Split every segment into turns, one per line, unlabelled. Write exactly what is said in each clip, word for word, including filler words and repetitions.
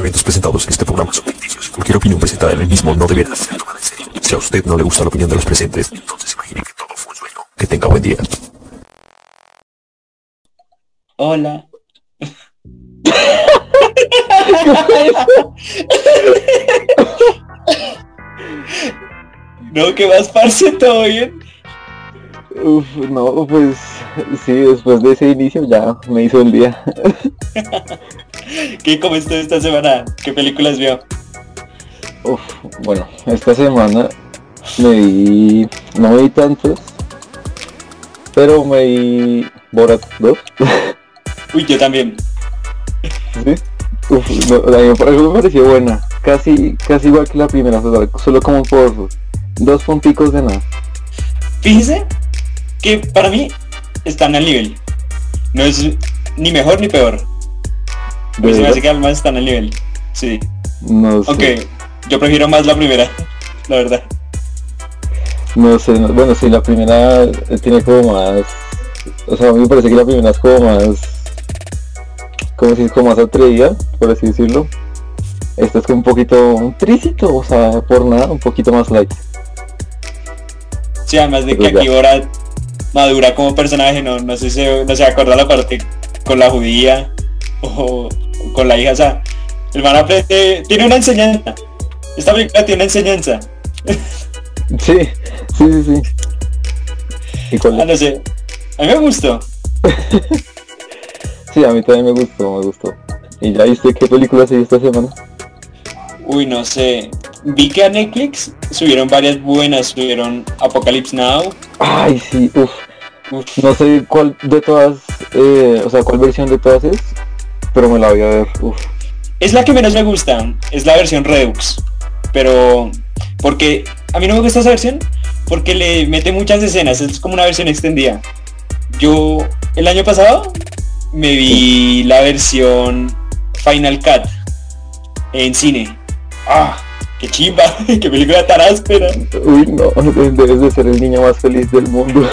eventos presentados en este programa son ficticios. Cualquier opinión presentada en el mismo no deberá ser tomada en serio. Si a usted no le gusta la opinión de los presentes, entonces imagine que todo fue un sueño. Que tenga buen día.
Hola. No, ¿qué más, parce? ¿Todo bien?
Uf, no, pues sí, después de ese inicio ya me hizo el día.
¿Qué cómo estuvo esta semana? ¿Qué películas vio?
Uf, bueno, esta semana me vi, no me vi tantos, pero me vi Borat dos.
Uy, yo también.
¿Sí? Uf, no, a mí me pare- me pareció buena, casi, casi igual que la primera, o sea, solo como por dos punticos de nada.
Fíjese que para mí están al nivel. No es ni mejor ni peor.
¿De
Pues se me
verdad?
hace que además están al nivel. Sí.
No sé,
Aunque yo prefiero más la primera, la verdad.
no sé, no- bueno, sí, la primera eh, tiene como más, o sea, a mí me parece que la primera es como más, como si es como más atrevida, por así decirlo. Esta es como un poquito, un tricito, o sea, por nada, un poquito más light.
Sí, además de que
Pero ya.
aquí Borat madura como personaje, no, no sé si no se acuerda la parte con la judía o con la hija, o sea, el man aprende, tiene una enseñanza. Esta película tiene una enseñanza.
Sí, sí, sí, sí. ¿Y cuál
Ah,
es?
no sé. A mí me gustó.
Sí, a mí también me gustó, me gustó. ¿Y ya viste qué película se vio esta semana?
Uy, no sé. Vi que a Netflix subieron varias buenas, subieron Apocalypse Now.
Ay, sí, uff,
Uf.
no sé cuál de todas, eh, o sea, cuál versión de todas es, pero me la voy a ver, uff.
Es la que menos me gusta, es la versión Redux. Pero, porque a mí no me gusta esa versión, porque le mete muchas escenas, es como una versión extendida. Yo, el año pasado, me vi la versión Final Cut en cine. ¡Ah! ¡Qué chimba! ¡Qué película tan áspera!
Uy, no, debes de ser el niño más feliz del mundo.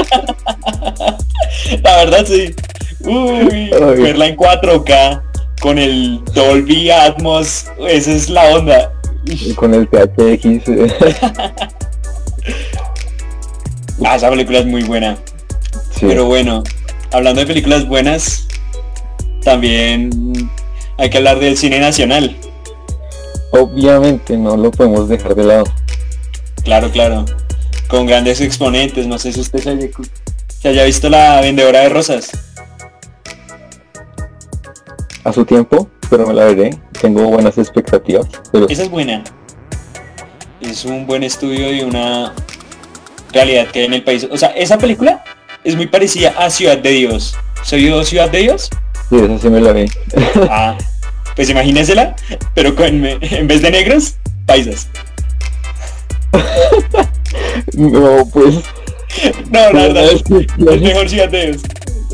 La verdad, sí. Uy,
Ay.
verla en cuatro K con el Dolby Atmos, esa es la onda.
Y con el T H X. eh.
Ah, esa película es muy buena.
Sí.
Pero bueno, hablando de películas buenas, también hay que hablar del cine nacional.
Obviamente no lo podemos dejar de lado.
Claro, claro. Con grandes exponentes. No sé si usted se haya, se haya visto La Vendedora de Rosas.
A su tiempo, pero me la veré. Tengo buenas expectativas. Pero
Esa es buena. Es un buen estudio de una realidad que hay en el país. O sea, esa película es muy parecida a Ciudad de Dios. ¿Se vio Ciudad de Dios?
sí, esa sí me la vi.
Ah, pues imagínensela, pero con, en vez de negros, paisas.
No, pues.
No, la verdad,
es que-
es mejor Ciudad de Dios.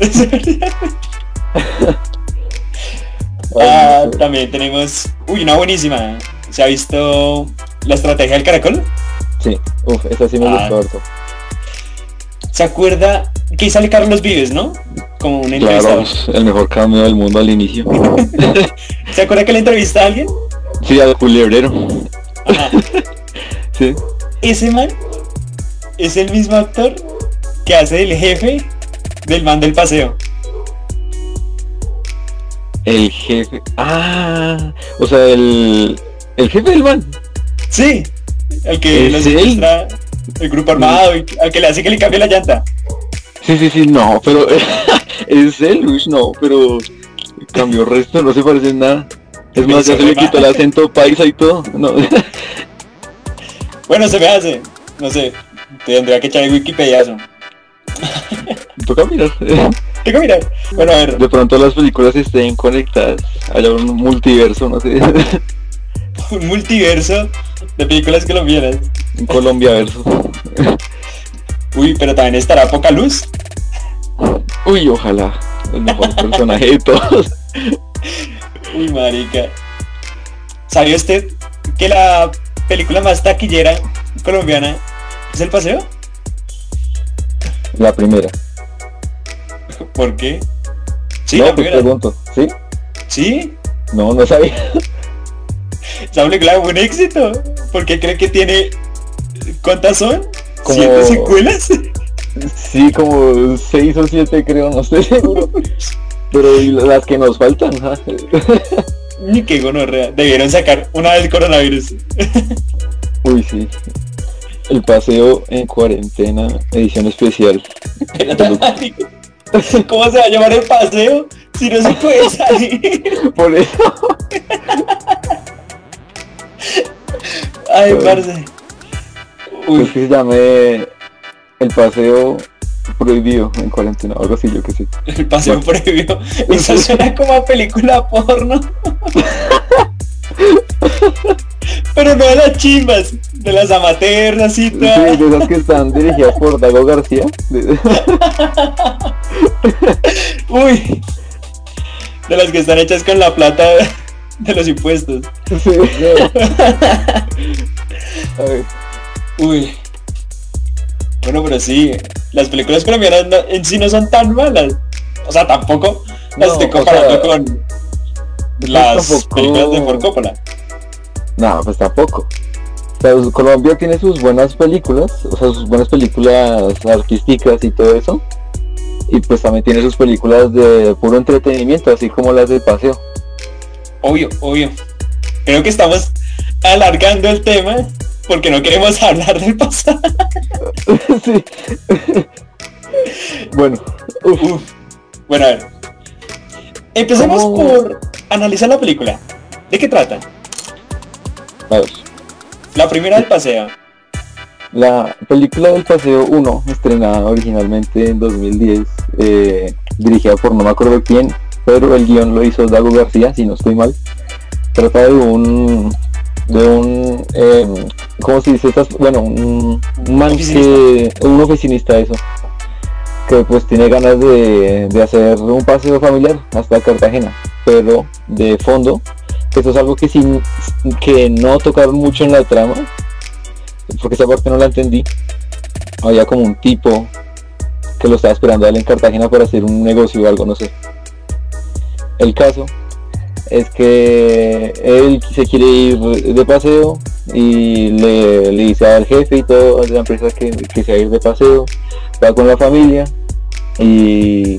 Ah,
Ay, no sé.
también tenemos, uy, una buenísima. ¿Se ha visto La Estrategia del Caracol?
Sí, uff, esa sí me
Ah.
gustó harto.
¿Se acuerda que ahí sale Carlos Vives, no? Como un
Claro,
entrevistador.
pues, el mejor cameo del mundo al inicio.
¿Se acuerda que le entrevista a alguien?
Sí, al culebrero.
Ajá.
Sí.
Ese man es el mismo actor que hace el jefe del man del paseo.
El jefe. Ah, o sea, el. El jefe del man.
Sí, el que
¿Es
lo
él?
secuestra el grupo armado y al que le hace que le cambie la llanta.
Sí, sí, sí, no, pero. es él, uy, no, pero. Cambió resto, no se parece en nada. Es más, ya se le quitó el acento paisa y todo. No.
Bueno, se me hace, no sé, tendría que echar el Wikipediazo.
Toca mirar.
Tengo que mirar. Bueno, a ver,
De pronto las películas estén conectadas. Haya un multiverso, no sé.
un multiverso de películas colombianas.
Un Colombia verso.
Uy, pero también estará Poca Luz.
Uy, ojalá. El mejor personaje de todos.
Uy, marica. ¿Sabía usted que la película más taquillera colombiana es El Paseo?
La primera.
¿Por qué? Sí,
no,
la
pues
primera.
pregunto. ¿Sí?
¿Sí?
No, no sabía.
Esa película fue un éxito. ¿Por qué cree que tiene? ¿Cuántas son?
Como-
¿Siete secuelas?
Sí, como seis o siete creo, no estoy seguro. Pero y las que nos faltan, ¿ja?
Ni qué gonorrea. Debieron sacar una del coronavirus.
Uy, sí. El paseo en cuarentena, edición especial.
¿Cómo se va a llamar el paseo si no se puede salir?
Por eso.
Ay, parce.
Pues
Uy,
que se llame el paseo prohibido en cuarentena, algo así, yo que sé.
el paseo previo. Eso suena como a película porno. Pero no de las chimbas, de las amateurs, así
Sí,
todas.
de esas que están dirigidas por Dago García. De-
Uy. De las que están hechas con la plata de los impuestos.
Sí. A ver,
Uy. Bueno, pero sí, las películas colombianas no- en sí no son tan malas. O sea, tampoco las
No,
estoy
o
comparando
sea,
con las
tampoco-
películas de Ford Coppola.
no, pues tampoco. O sea, pues, Colombia tiene sus buenas películas, o sea, sus buenas películas artísticas y todo eso. Y pues también tiene sus películas de puro entretenimiento, así como las del paseo.
Obvio, obvio. Creo que estamos alargando el tema porque no queremos hablar del pasado.
Sí. Bueno, uf,
Uf. Bueno, a ver. Empecemos
¿Cómo?
por analizar la película. ¿De qué trata?
a ver.
La primera del paseo.
La película del Paseo uno, estrenada originalmente en dos mil diez, eh, dirigida por no me acuerdo quién, pero el guión lo hizo Dago García, si no estoy mal. Trata de un, de un, eh, ¿cómo se dice? Estas, bueno, un, un man que, un oficinista, eso, que pues tiene ganas de, de hacer un paseo familiar hasta Cartagena, pero de fondo, eso es algo que, sin, que no tocaron mucho en la trama, porque esa parte no la entendí. Había como un tipo que lo estaba esperando a él en Cartagena para hacer un negocio o algo, no sé. El caso es que él se quiere ir de paseo y le, le dice al jefe y todo de la empresa que, que se va a ir de paseo, va con la familia y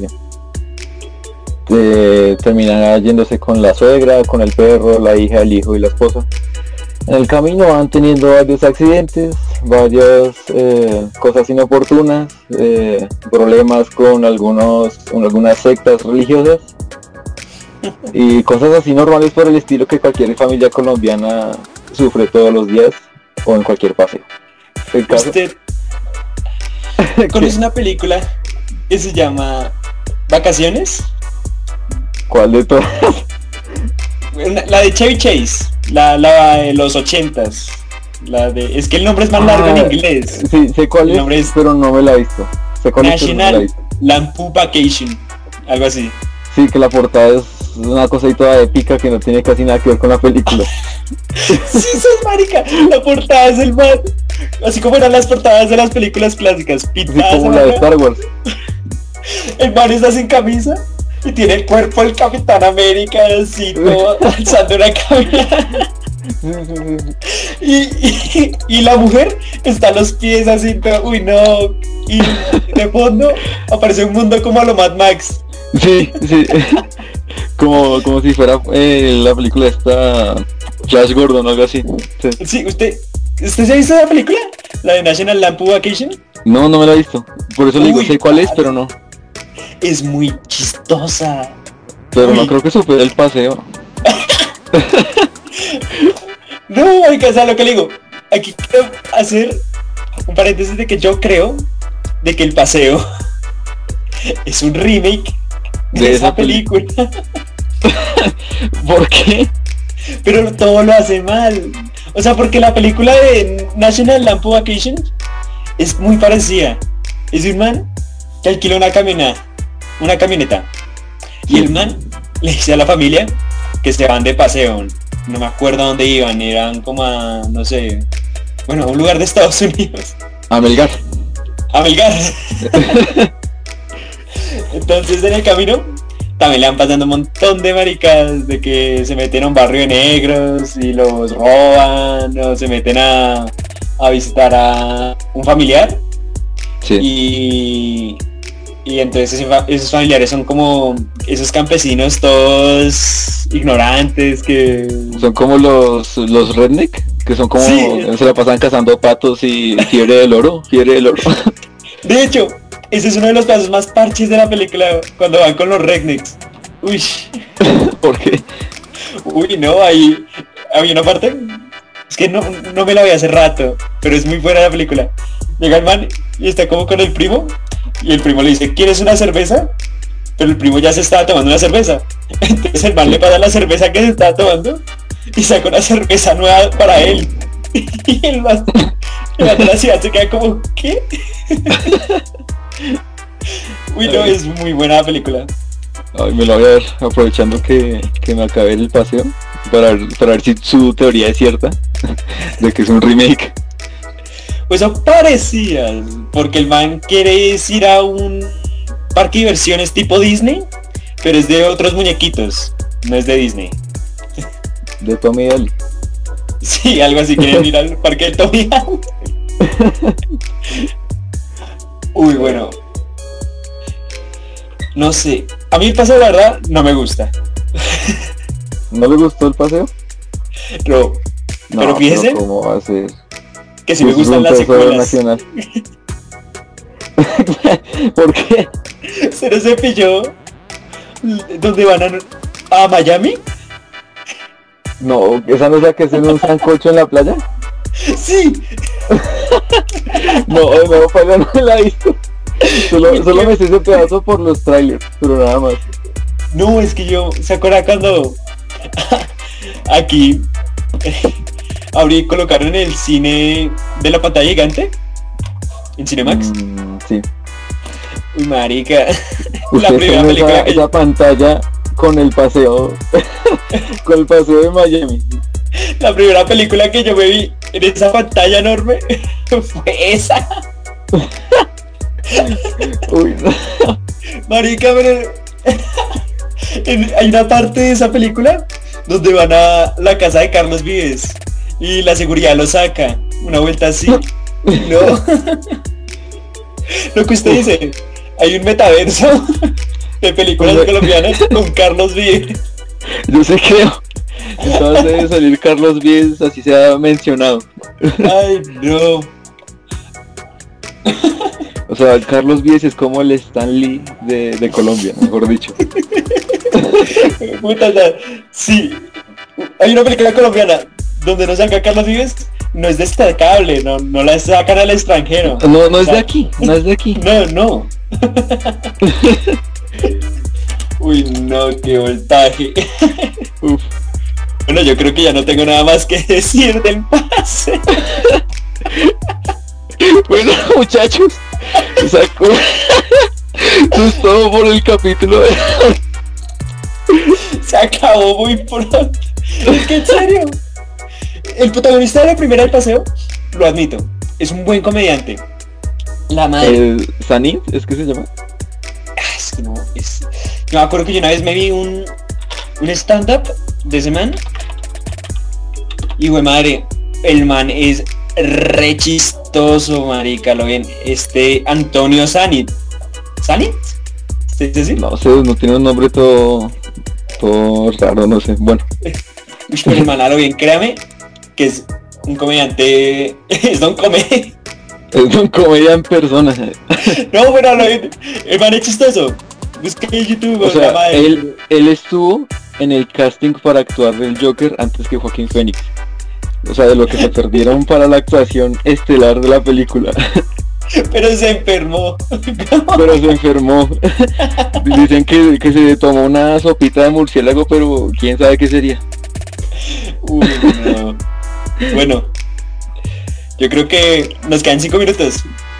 eh, termina yéndose con la suegra, con el perro, la hija, el hijo y la esposa. En el camino van teniendo varios accidentes, varias eh, cosas inoportunas, eh, problemas con algunos, con algunas sectas religiosas y cosas así normales por el estilo que cualquier familia colombiana sufre todos los días o en cualquier paseo. El caso,
Usted conoce una película que se llama Vacaciones.
¿cuál de todas?
Una- La de Chevy Chase, la, la de los ochentas. La de. Es que el nombre es más largo en
Ah,
inglés.
Sí, sé cuál
El
es,
nombre es
pero no me la he visto. Sé cuál es, pero no me la he
National
visto.
Lampoon Vacation. Algo así.
Sí, que la portada es una cosa ahí toda épica que no tiene casi nada que ver con la película.
Sí, sos marica. La portada es el man. Así como eran las portadas de las películas clásicas.
Así
Pintadas
como
a
la de
mano.
Star Wars.
El man está sin camisa y tiene el cuerpo del Capitán América así todo alzando una camisa.
Sí, sí, sí.
Y, y, y la mujer está a los pies así todo, uy no. Y de fondo aparece un mundo como a lo Mad Max.
Sí, sí. Como, como si fuera eh, la película esta Flash Gordon o algo así. Sí.
Sí, usted, ¿usted se ha visto la película? La de National Lampoon Vacation.
No, no me la he visto. Por eso le digo,
Uy,
sé cuál es,
padre.
pero no.
Es muy chistosa.
Pero no
Uy.
creo que supere el paseo.
No, oiga, ¿sabes lo que le digo? Aquí quiero hacer un paréntesis de que yo creo de que El Paseo es un remake de,
De
esa
esa peli-
película,
¿Por qué?
pero todo lo hace mal. O sea, porque la película de National Lampoon Vacation es muy parecida. Es un man que alquila una camioneta, una camioneta. Y el man le dice a la familia que se van de paseo. No me acuerdo a dónde iban, eran como a, no sé, bueno, a un lugar de Estados Unidos.
A Melgar.
A Melgar. Entonces en el camino también le van pasando un montón de maricas, de que se meten a un barrio de negros y los roban, o se meten a, a visitar a un familiar.
Sí.
Y, y entonces esos, esos familiares son como esos campesinos todos ignorantes que...
Son como los, los redneck, que son como,
Sí.
se la pasan cazando patos y fiebre del oro, fiebre del oro.
De hecho, ese es uno de los pasos más parches de la película, cuando van con los rednecks. Uy,
¿Por qué?
uy, no, ahí había una parte, es que no, no me la vi hace rato, pero es muy buena la película. Llega el man y está como con el primo, y el primo le dice, ¿quieres una cerveza? Pero el primo ya se estaba tomando una cerveza. Entonces el man le pasa la cerveza que se estaba tomando y saca una cerveza nueva para él. Y el man, el man de la ciudad se queda como, ¿qué? Uy, no, es muy buena la película.
Ay, me lo voy a ver, aprovechando que, que me acabé el paseo, para, ver- para ver si su teoría es cierta, de que es un remake.
Pues eso parecía, porque el man quiere ir a un parque de diversiones tipo Disney, pero es de otros muñequitos, no es de Disney.
De Tommy Daly.
Sí, algo así, quieren ir al parque del Tommy Daly. Uy, bueno. No sé, a mí el paseo la verdad no me gusta.
¿No le gustó el paseo?
Pero,
No,
pero fíjese
¿cómo va a ser?
que sí me
Pues es
gustan
un
las
tesoro
secuelas.
nacional. ¿Por qué?
Se nos cepilló donde van a, a Miami.
No, esa no es la que hacen un sancocho en la playa.
Sí,
No, no, para no la he visto. Solo, solo me sé ese pedazo por los trailers, pero nada más.
no, es que yo, ¿se acuerda cuando aquí abrí y colocaron el cine de la pantalla gigante? ¿En Cinemax?
Mm, sí.
Uy, marica. La
Usted
primera
tiene
película
esa,
que
esa pantalla con el paseo, con el paseo de Miami.
la primera película que yo me vi en esa pantalla enorme fue esa.
Uy, no.
Marica, pero en- hay una parte de esa película donde van a la casa de Carlos Vives y la seguridad lo saca. Una vuelta así. No. Lo que usted dice, hay un metaverso de películas colombianas con Carlos Vives.
Yo sí creo. Entonces debe salir Carlos Vives, así se ha mencionado.
Ay, no.
O sea, Carlos Vives es como el Stan Lee de, de Colombia, mejor dicho.
Puta, o sea, sí. Hay una película colombiana donde no saca Carlos Vives, no es destacable, no, no la sacan al extranjero.
No, no
O
es de
sea,
aquí, no es de aquí.
No, no. Uy, no, qué voltaje.
Uf.
Bueno, yo creo que ya no tengo nada más que decir del pase.
Bueno, muchachos, sacó. Eso es todo por el capítulo de...
Se acabó muy pronto. Es que en serio. El protagonista de la primera del paseo, lo admito, es un buen comediante. La madre.
El Sanit, ¿es que se llama?
Ah, es que no, es... Yo me acuerdo que yo una vez me vi un, un stand-up de ese man. Y güey madre, el man es re chistoso, marica, lo ven. Este Antonio Sanit. ¿Sanit? ¿Se dice así?
No sé, no tiene un nombre todo... todo raro, no sé. Bueno,
Uy, pero el man a lo bien, créame, que es un comediante, es don comedia.
es un comedia en persona.
No, pero a lo bien, el man es chistoso. Busca en YouTube,
O
la
sea,
madre.
él, él estuvo en el casting para actuar del Joker antes que Joaquín Phoenix. O sea, de lo que se perdieron para la actuación estelar de la película.
Pero se enfermó.
Pero se enfermó. Dicen que, que se tomó una sopita de murciélago, pero quién sabe qué sería.
Uy, no. Bueno, yo creo que nos quedan cinco minutos.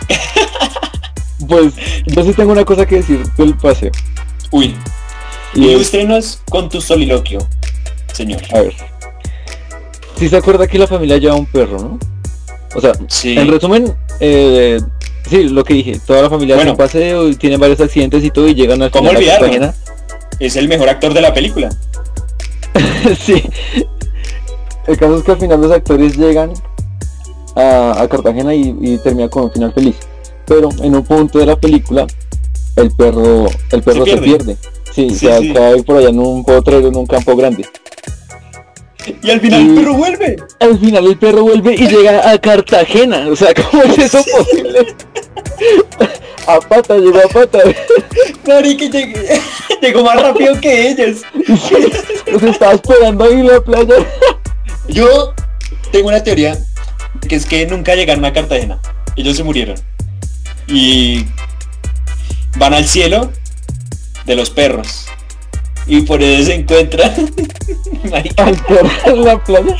Pues yo sí tengo una cosa que decir del paseo.
Uy,
Y es,
ilústrenos con tu soliloquio, señor.
a ver, si se acuerda que la familia lleva un perro, ¿no? O sea,
Sí.
en resumen, eh, sí, lo que dije, toda la familia hace
Bueno.
un paseo y tienen varios accidentes y todo y llegan al
¿Cómo
final a
olvidarlo?
Cartagena.
es el mejor actor de la película.
Sí. El caso es que al final los actores llegan a, a Cartagena y, y termina con un final feliz. Pero en un punto de la película, el perro, el perro se pierde. Se pierde. Sí, sí, o sea, sí. Cae por allá en un potrero, en un campo grande.
Y al final y el perro vuelve.
Al final el perro vuelve y llega a Cartagena. O sea, ¿cómo es eso sí. posible? A pata, llegó a pata.
Marica, llegó, llegó más rápido que ellos.
Sí, los estaba esperando ahí en la playa.
Yo tengo una teoría, que es que nunca llegaron a Cartagena. Ellos se murieron. Y van al cielo de los perros. Y por eso se encuentran.
Marica. Al perro en la playa.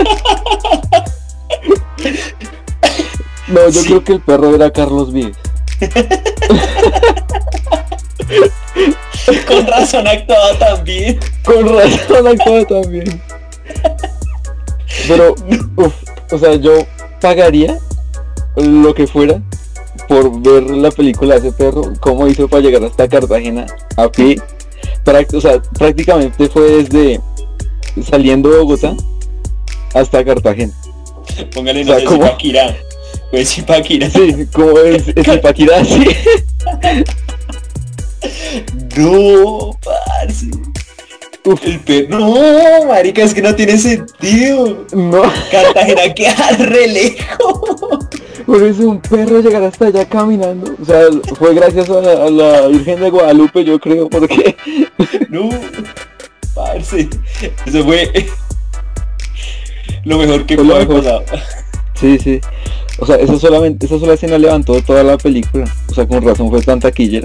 No, yo sí. creo que el perro era Carlos Vives.
Con razón actuaba también.
Con razón actuaba también. Pero, uff, o sea, yo pagaría lo que fuera por ver la película de ese perro, cómo hizo para llegar hasta Cartagena a pie. Práct- o sea, prácticamente fue desde saliendo de Bogotá hasta Cartagena.
Póngale, no o sea, sé ¿cómo? Si Paquirá. Pues si Paquirá.
Sí, como es, es el Paquirá, sí.
No, parce. Uf. El perro. No, marica, es que no tiene sentido.
No.
Cartagena queda re lejos.
Por eso un perro llegar hasta allá caminando. O sea, fue gracias a la, a la Virgen de Guadalupe, yo creo, porque.
No, parce. Eso fue lo mejor que pudo haber pasado.
Sí, sí. O sea, eso solamente, esa sola escena levantó toda la película. O sea, con razón fue tan taquillera.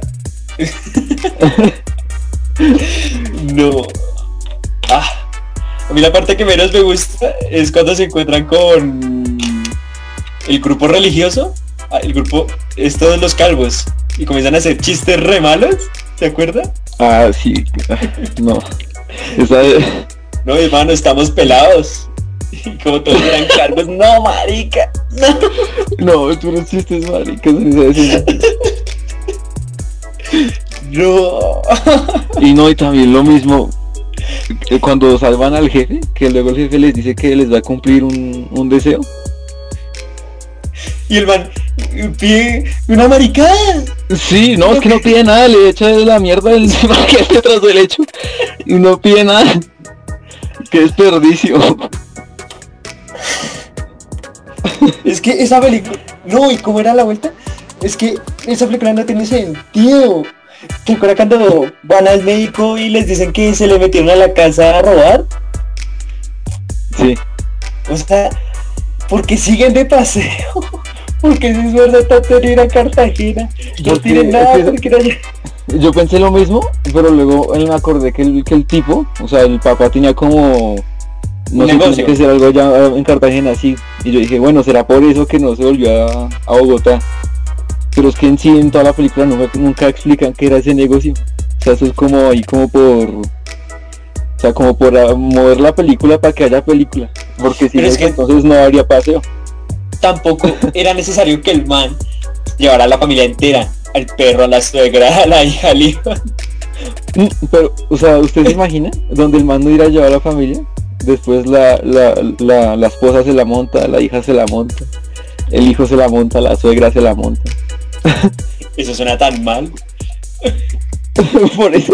No. Ah, a mí la parte que menos me gusta es cuando se encuentran con el grupo religioso, el grupo, es todos los calvos, y comienzan a hacer chistes re malos, ¿te acuerdas?
Ah, sí. No. Esa es...
No, hermano, estamos pelados. Y como todos eran calvos, no, marica.
No, no, puros chistes maricas.
No.
Y no, y también lo mismo cuando salvan al jefe, que luego el jefe les dice que les va a cumplir un, un deseo.
Y el man pide una maricada.
Sí, no, es que no pide nada, le echa la mierda encima que hace tras del hecho. Y no pide nada. Qué desperdicio.
Es que esa película, no, ¿y cómo era la vuelta? Es que esa película no tiene sentido. ¿Te acuerdas cuando van al médico y les dicen que se le metieron a la casa a robar?
Sí.
O sea, porque siguen de paseo. Porque si es verdad tanto ir a Cartagena. No porque tienen nada es que, porque no hay...
Yo pensé lo mismo, pero luego me acordé que el, que el tipo, o sea, el papá tenía como... No sé, tiene que ser algo ya en Cartagena, sí. Y yo dije, bueno, será por eso que no se volvió a, a Bogotá. Pero es que en sí, en toda la película nunca, nunca explican qué era ese negocio. O sea, eso es como ahí como por... O sea, como por mover la película para que haya película. Porque si no, es que entonces no habría paseo.
Tampoco era necesario que el man llevara a la familia entera. Al perro, a la suegra, a la hija, al hijo.
Pero, o sea, ¿usted se imagina? Donde el man no irá a llevar a la familia. Después la, la, la, la esposa se la monta, la hija se la monta. El hijo se la monta, la suegra se la monta.
Eso suena tan mal.
Por eso.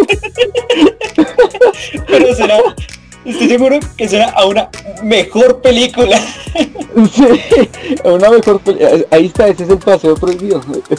Pero será, estoy seguro que será a una mejor película.
Sí, a una mejor película. Ahí está, ese es el paseo prohibido.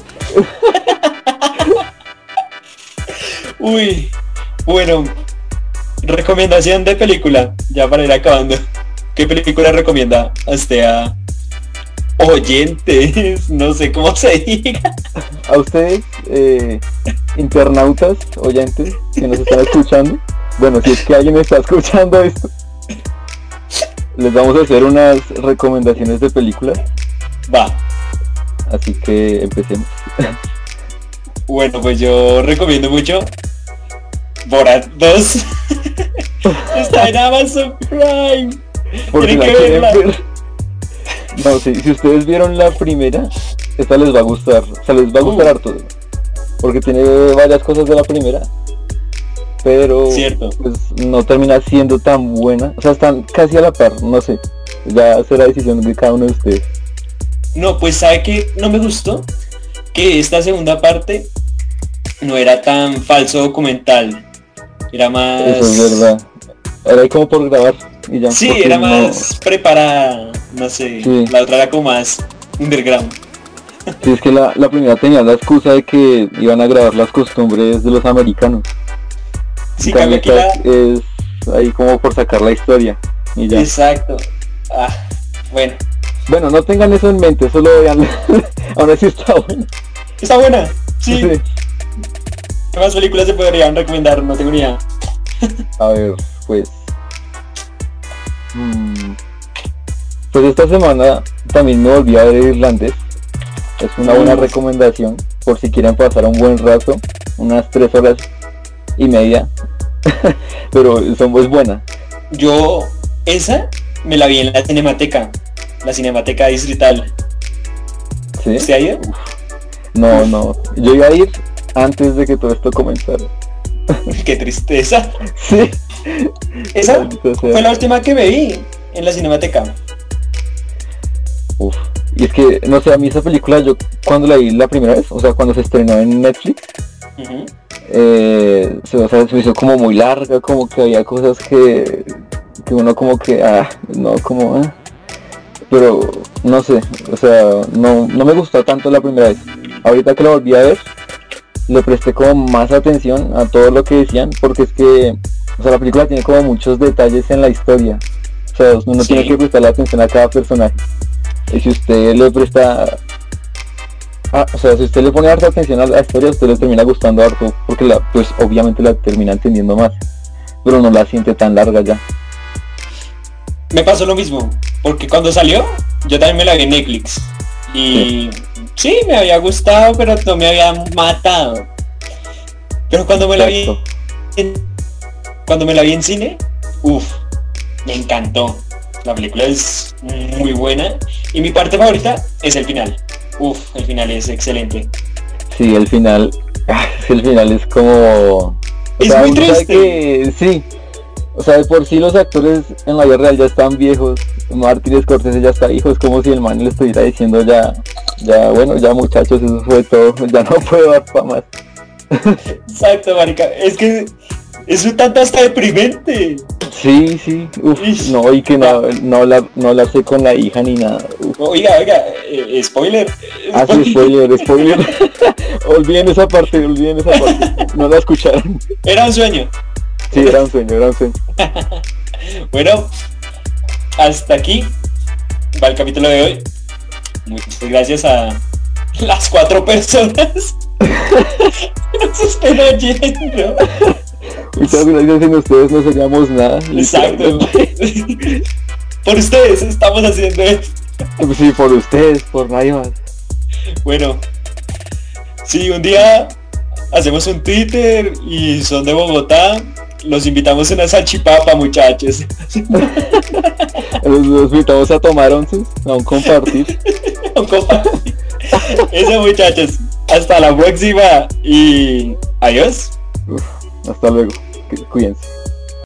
Uy, bueno, recomendación de película, ya para ir acabando. ¿Qué película recomienda a usted a oyentes? No sé cómo se diga.
A ustedes, eh, internautas, oyentes, que nos están escuchando. Bueno, si es que alguien está escuchando esto, les vamos a hacer unas recomendaciones de películas.
Va.
Así que empecemos.
Bueno, pues yo recomiendo mucho Borat dos. Está en Amazon Prime.
Porque la quieren ver. No, sí, si ustedes vieron la primera, esta les va a gustar. O sea, les va a gustar uh. harto. Porque tiene varias cosas de la primera pero
Cierto.
pues no termina siendo tan buena. O sea, están casi a la par, no sé. Ya será decisión de cada uno de ustedes.
No, pues sabe que no me gustó que esta segunda parte no era tan falso documental. Era más...
Eso es verdad. Era ahí como por grabar y ya.
Sí,
porque
era
no-
más preparada, no sé.
Sí.
La otra era como más underground.
Sí, es que la, la primera tenía la excusa de que iban a grabar las costumbres de los americanos.
Sí,
En cambio,
cambio aquí
esta
la...
es ahí como por sacar la historia y ya.
Exacto. Ah, bueno.
Bueno, no tengan eso en mente, solo vean. Ahora sí está bueno.
Está buena. Sí.
Sí.
¿Qué más películas se podrían recomendar? No tengo ni idea.
A ver, pues. mm, Pues esta semana también me volví a ver Irlandés. Es una buena
Mm.
recomendación por si quieren pasar un buen rato, unas tres horas y media. Pero son es buena.
Yo, esa me la vi en la Cinemateca. La Cinemateca Distrital.
¿Sí?
¿Usted ha ido?
No, no. Yo iba a ir antes de que todo esto comenzara.
Qué tristeza.
Sí.
Esa
Maldito sea.
fue la última que me vi en la Cinemateca.
Uf. Y es que, no sé, a mí esa película, yo cuando la vi la primera vez, o sea, cuando se estrenó en Netflix,
Ujú.
eh, se, o sea, se me hizo como muy larga, como que había cosas que, que uno como que, ah, no, como, ah. Pero, no sé, o sea, no, no me gustó tanto la primera vez. Ahorita que la volví a ver, le presté como más atención a todo lo que decían, porque es que, o sea, la película tiene como muchos detalles en la historia. O sea, uno
Sí.
tiene que prestarle atención a cada personaje. Y si usted le presta... Ah, o sea, si usted le pone harta atención a la historia, a usted le termina gustando harto, porque la, pues obviamente la termina entendiendo más, pero no la siente tan larga ya.
Me pasó lo mismo, porque cuando salió, yo también me la vi en Netflix. Y sí, me había gustado, pero no me había matado. Pero cuando me la vi
Exacto.
en, cuando me la vi en cine, uff, me encantó. La película es muy buena. Y mi parte favorita es el final. Uff, el final es excelente.
Sí, el final, ah, es que el final es como... o
Es
sea,
muy
uno sabe
triste.
que, sí, o sea, de por sí los actores en la vida real ya están viejos, Martin Scorsese ya está hijo, es como si el man le estuviera diciendo ya, ya, bueno, ya muchachos, eso fue todo, ya no puedo dar para más.
Exacto, marica. Es que es un tanto hasta deprimente.
Sí, sí, uff,
Ish.
no, y que no, no, hablar, no hablarse con la hija ni nada, uf.
Oiga, oiga, eh, spoiler.
Ah, sí, spoiler, spoiler. Olviden esa parte, olviden esa parte. No la escucharon.
Era un sueño.
Sí, era un sueño, era un sueño.
Bueno, hasta aquí va el capítulo de hoy. Muchas gracias a las cuatro personas que nos estén oyendo.
Muchas gracias, sin ustedes no seríamos nada.
Exacto.
literalmente.
Por ustedes estamos haciendo esto.
Sí, por ustedes, por nadie más.
Bueno, si un día hacemos un Twitter y son de Bogotá, los invitamos a una salchipapa, muchachos.
Los, los invitamos a tomar once, a un compartir.
Un compa- Eso, muchachos. Hasta la próxima y adiós.
Uf, hasta luego. Cuídense.